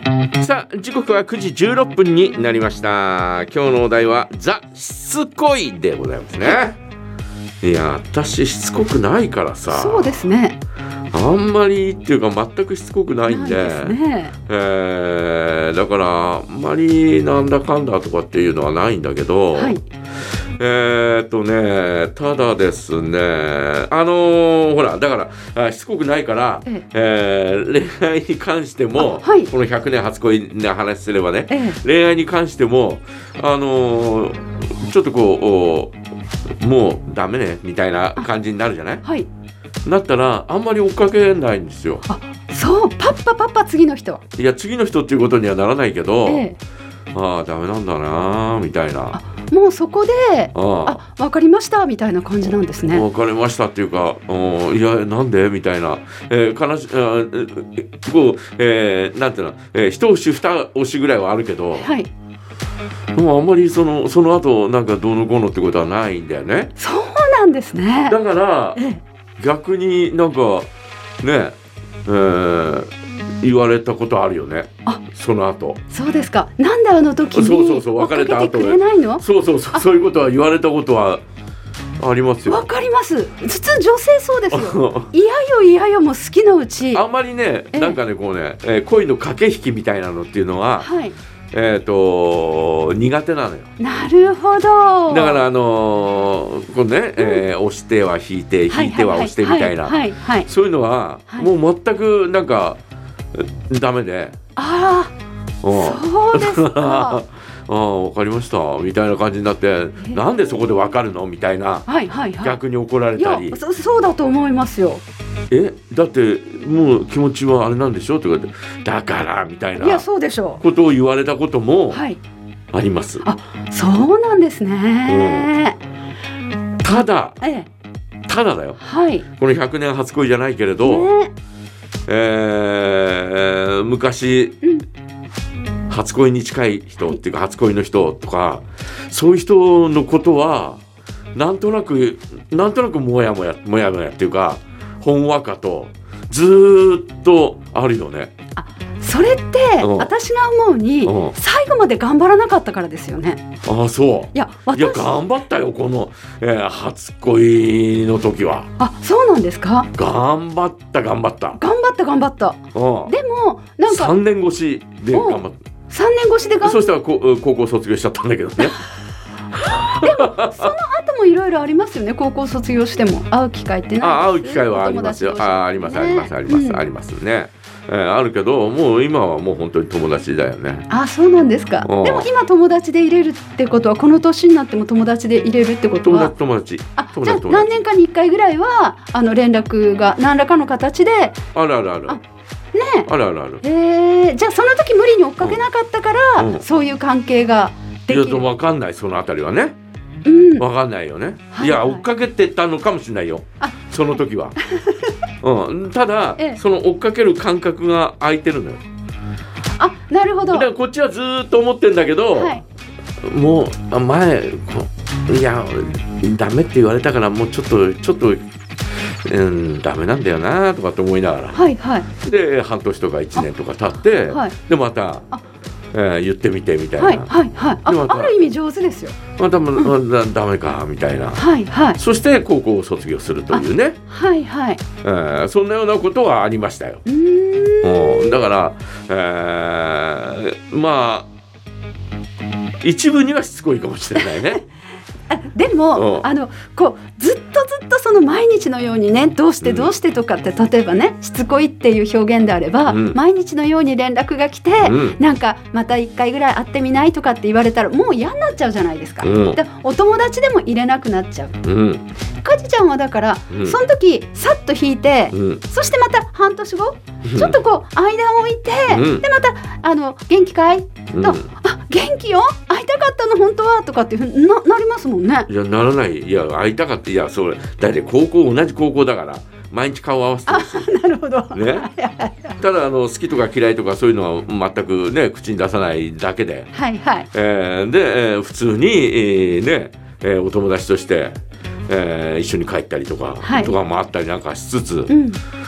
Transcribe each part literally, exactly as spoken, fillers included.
さあ時刻はくじじゅうろっぷんになりました。今日のお題はザ・しつこいでございますね。いや私しつこくないからさ。 そうですね。 あんまりっていうか全くしつこくないんで、 ないですね。 えー、だからあんまりなんだかんだとかっていうのはないんだけど、 はい、 えーっとねただですねあのー、ほらだからしつこくないから、ええー、恋愛に関しても、はい、このひゃくねん初恋の話すればね、ええ、恋愛に関してもあのー、ちょっとこうもうダメねみたいな感じになるじゃない。はい、なったらあんまり追っかけないんですよ。 あ、そうパッパパッパ次の人。 いや次の人っていうことにはならないけど、ええ、ああダメなんだなみたいな。 もうそこでああ分かりましたみたいな感じなんですね。 分かりましたっていうかいやなんでみたいな、えー、悲しあこう、えー、なんていうの、えー、一押し二押しぐらいはあるけど、はい、でもあんまりそのその後なんかどうのこうのってことはないんだよね。 そうなんですね。 だから、ええ、逆になんかねえー言われたことあるよね。あ、その後。 そうですか。なんであの時にそうそうそう別れた後追っかけてくれないの？ そうそうそうそういうことは言われたことはありますよ。 わかります。普通女性そうですよ。いやよいやよもう好きのうち。 あんまりねなんかねこうね、えー、恋の駆け引きみたいなのっていうのは、はい、えっと苦手なのよ。 なるほど。 だからあのー、こうね、えー、押しては引いて引いては押してみたいなそういうのは、はい、もう全くなんかダメで。 ああ、そうですか。 ああ分かりましたみたいな感じになって、えー、なんでそこで分かるのみたいな、はいはいはい、逆に怒られたり。 いや そ, そうだと思いますよ。 えだってもう気持ちはあれなんでしょとか言ってだからみたいな。 いやそうでしょうことを言われたこともあります、はい、 あそうなんですね、 うん、ただ、ええ、ただだよ、はい、このひゃくねん初恋じゃないけれど、ねえー、昔、うん、初恋に近い人っていうか初恋の人とかそういう人のことはなんとなくなんとなくもやもやもやもやっていうかほんわかとずっとあるよね。 あそれって、うん、私が思うに、うん、最後まで頑張らなかったからですよね。 ああそう。 いや私いや頑張ったよこの、えー、初恋の時は。 あそうなんですか。 頑張った頑張った頑張った頑張った、うん、でもなんかさんねん越しで頑張った。 さんねん越しで頑張った。 そしたら高校卒業しちゃったんだけどねでもその後もいろいろありますよね。高校卒業しても会う機会ってないです？ あ会う機会はありますよ。あありますありますあります、うん、ありますね、えー、あるけどもう今はもう本当に友達だよね。 あそうなんですか。でも今友達でいれるってことはこの年になっても友達でいれるってことは友達あじゃあ何年かにいっかいぐらいはあの連絡が何らかの形であるあるあるあねあるあるある、 えー、じゃあその時無理に追っかけなかったから、うんうん、そういう関係ができる。 いや分かんないそのあたりはね、うん、分かんないよね、はいはい、いや追っかけてたのかもしれないよその時は、うん、ただ、ええ、その追っかける感覚が空いてるのよ。 あなるほど。 だからこっちはずっと思ってるんだけど、はい、もう前いやダメって言われたからもうちょっとちょっとうん、ダメなんだよなとかって思いながら、はいはい、で半年とかいちねんとか経って、はい、でまた、えー、言ってみてみたいな、はいはいはい、あ, ある意味上手ですよ。 また、うん、ダメかみたいな、はいはい、そして高校を卒業するというね、 はいはいえー、そんなようなことはありましたよ。うーんだから、えー、まあ一部にはしつこいかもしれないねでも、うん、あのこうずっとずっとその毎日のようにねどうしてどうしてとかって、うん、例えばねしつこいっていう表現であれば、うん、毎日のように連絡が来て、うん、なんかまたいっかいぐらい会ってみないとかって言われたらもう嫌になっちゃうじゃないですか、うん、でお友達でも入れなくなっちゃう、うん、かじちゃんはだから、うん、その時さっと引いて、うん、そしてまた半年後、うん、ちょっとこう間を置いて、うん、でまたあの元気かい、うん、とあ元気よ会いたかったの本当はとかっていうふうに な, なりますもんね。 いやならない。いや会いたかった。いやそれだって高校同じ高校だから毎日顔合わせてるし。 あなるほど、 ね、ただあの好きとか嫌いとかそういうのは全くね口に出さないだけで、はいはいえー、で、えー、普通に、えー、ね、えー、お友達として、えー、一緒に帰ったりとか、はい、とかもあったりなんかしつつ、うん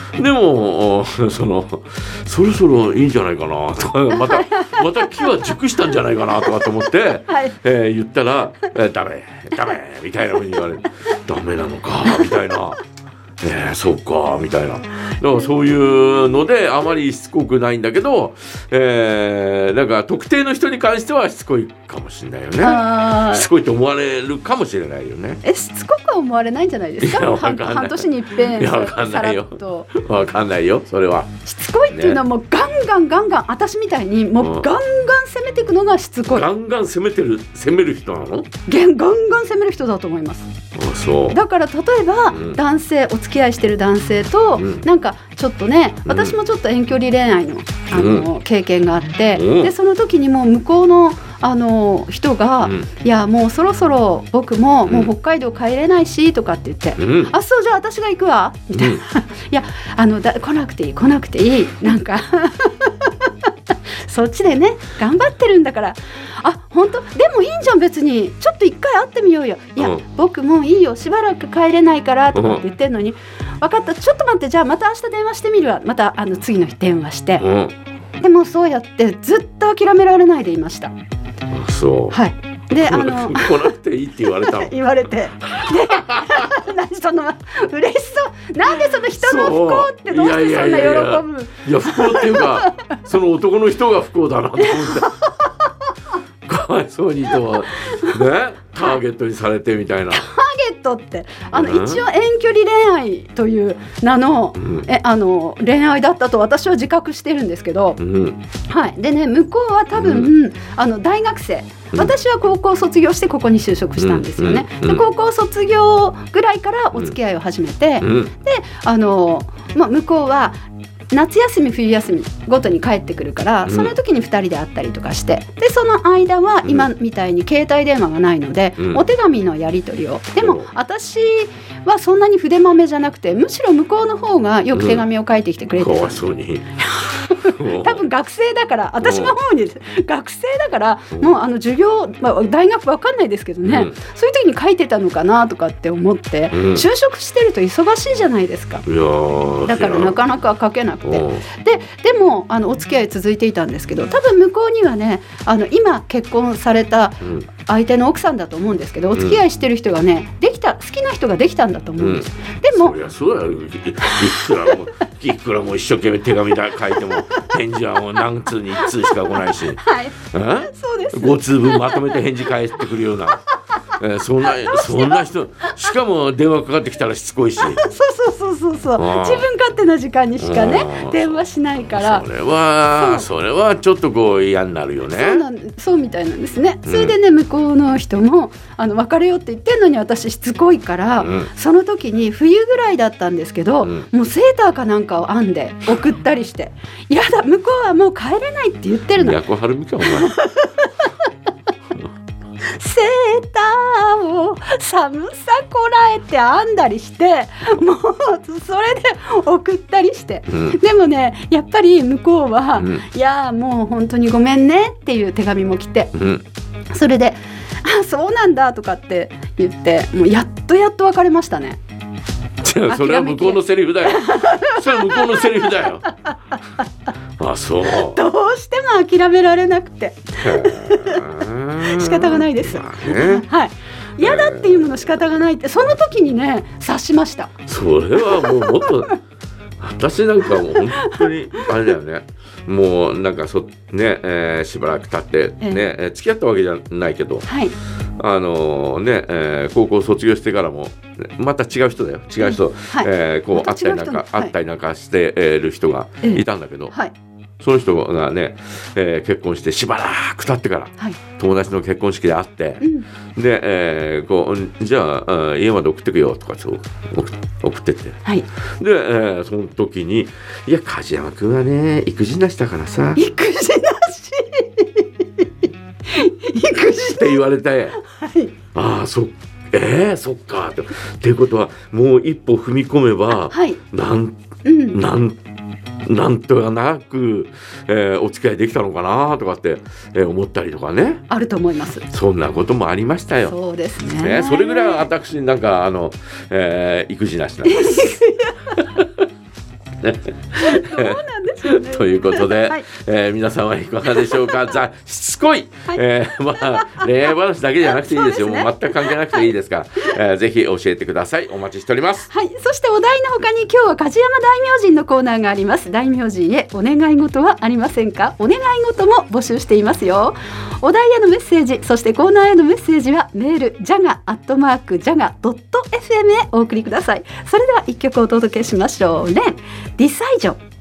でもそのそろそろいいんじゃないかなとかまたまた木は熟したんじゃないかなとかと思って、はいえー、言ったら、えー、ダメダメみたいなふうに言われるダメなのかみたいな。えー、そうかみたいな。だからそういうのであまりしつこくないんだけど、えー、なんか特定の人に関してはしつこいかもしれないよね。しつこいと思われるかもしれないよね。 えしつこくは思われないんじゃないですか。半, 半年に一遍。 いやわかんないよ。わかんないよそれは。 しつこいっていうのはもうガンガンガンガン、私みたいにもうガンガン攻めていくのがしつこい。 ガンガン攻めてる攻める人なの？ ガンガン攻める人だと思います。 あそう。 だから例えば、うん、男性お付き合いしてる男性と、うん、なんかちょっとね、私もちょっと遠距離恋愛 の, あの、うん、経験があって、うん、でその時にもう向こうのあの人が、うん、いやもうそろそろ僕も、うん、もう北海道帰れないしとかって言って、うん、あそうじゃあ私が行くわみたいな、うん、いやあのだ来なくていい来なくていいなんかそっちでね頑張ってるんだからあ本当でもいいんじゃん別にちょっと一回会ってみようよいや、うん、僕もういいよしばらく帰れないからとかって言ってるのに、うん、分かったちょっと待ってじゃあまた明日電話してみるわまたあの次の日電話して、うん、でもそうやってずっと諦められないでいました。 あそうはいであの来なくていいって言われたの言われてで何その嬉しそうなんでその人の不幸ってどうしてそんな喜ぶ。いやいやいやいやいや不幸っていうかその男の人が不幸だなと思ってかわいそうにとはねターゲットにされてみたいな。 ターゲットってあの、うん、一応遠距離恋愛という名の、うん、えあの恋愛だったと私は自覚してるんですけど、うんはい、でね向こうは多分、うん、あの大学生私は高校卒業してここに就職したんですよね、うんうん、で高校卒業ぐらいからお付き合いを始めて、うん、であの、ま、向こうは夏休み冬休みごとに帰ってくるから、うん、その時にふたりで会ったりとかしてでその間は今みたいに携帯電話がないので、うん、お手紙のやり取りをでも私はそんなに筆まめじゃなくてむしろ向こうの方がよく手紙を書いてきてくれて、うん、 かわいそうに多分学生だから私の方に学生だからもうあの授業、まあ、大学わかんないですけどね、うん、そういう時に書いてたのかなとかって思って、うん、就職してると忙しいじゃないですか。いやだからなかなか書けなくてで, でもあのお付き合い続いていたんですけど多分向こうにはねあの今結婚された相手の奥さんだと思うんですけどお付き合いしてる人がねできた好きな人ができたんだと思うんです、うん、でもそりゃそうやろいくらもいくらも一生懸命手紙だ書いても返事はもう何通にいち通しか来ないし、はい、 そうですご通分まとめて返事返ってくるようなえー、そんなそんな人しかも電話かかってきたらしつこいしそうそうそうそう自分勝手な時間にしかね電話しないからそれは そ, それはちょっとこう嫌になるよね。 そうなんそうみたいなんですね。それでね、うん、向こうの人もあの別れようって言ってんのに私しつこいから、うん、その時に冬ぐらいだったんですけど、うん、もうセーターかなんかを編んで送ったりしてやだ向こうはもう帰れないって言ってるの。 都はるみかお前セーターを寒さこらえて編んだりしてもうそれで送ったりして、うん、でもねやっぱり向こうは、うん、いやもう本当にごめんねっていう手紙も来て、うん、それであそうなんだとかって言ってもうやっとやっと別れましたね。 それは向こうのセリフだよそれは向こうのセリフだよあそうどうしても諦められなくて仕方がないです、まあね、はい嫌だっていうもの仕方がないってその時にね察しました。 それはもうもっと私なんかもう本当にあれだよねもうなんかそね、えー、しばらく経ってね、えー、付き合ったわけじゃないけど、はい、あのー、ね、えー、高校卒業してからもまた違う人だよ違う人、うんはいえー、こう会ったりなんか、はい、会ったりなんかしてる人がいたんだけど、はい、その人がね、えー、結婚してしばらく経ってから、はい、友達の結婚式で会って、うん、で、えー、こうじゃあ家まで送ってくよとかそう送ってって、はい、で、えー、その時にいや梶山くんはね育児なしだからさ育児なし育児って言われて、はい、ああそっえー、そっかってっていうことはもう一歩踏み込めば、はい、なん、うん、なんなんとかなく、えー、お付き合いできたのかなとかって、えー、思ったりとかねあると思います。 そんなこともありましたよ。 そうです ね, ねそれぐらい私なんかあの、えー、育児なしなんですねどうなんでしょうね。 ということで、はい、えー、皆さんはいかがでしょうか。じゃあしつこい、はい、えー、まあ恋愛話だけじゃなくていいですよ。すね、もう全く関係なくていいですから、えー、ぜひ教えてください。お待ちしております。 はい、そしてお題の他に今日は梶山大明神のコーナーがあります。大明神へお願い事はありませんか。お願い事も募集していますよ。お題へのメッセージ、そしてコーナーへのメッセージはメールジャガアットマークジャガドットエフエムへお送りください。それでは一曲お届けしましょう。レンディサイジョン。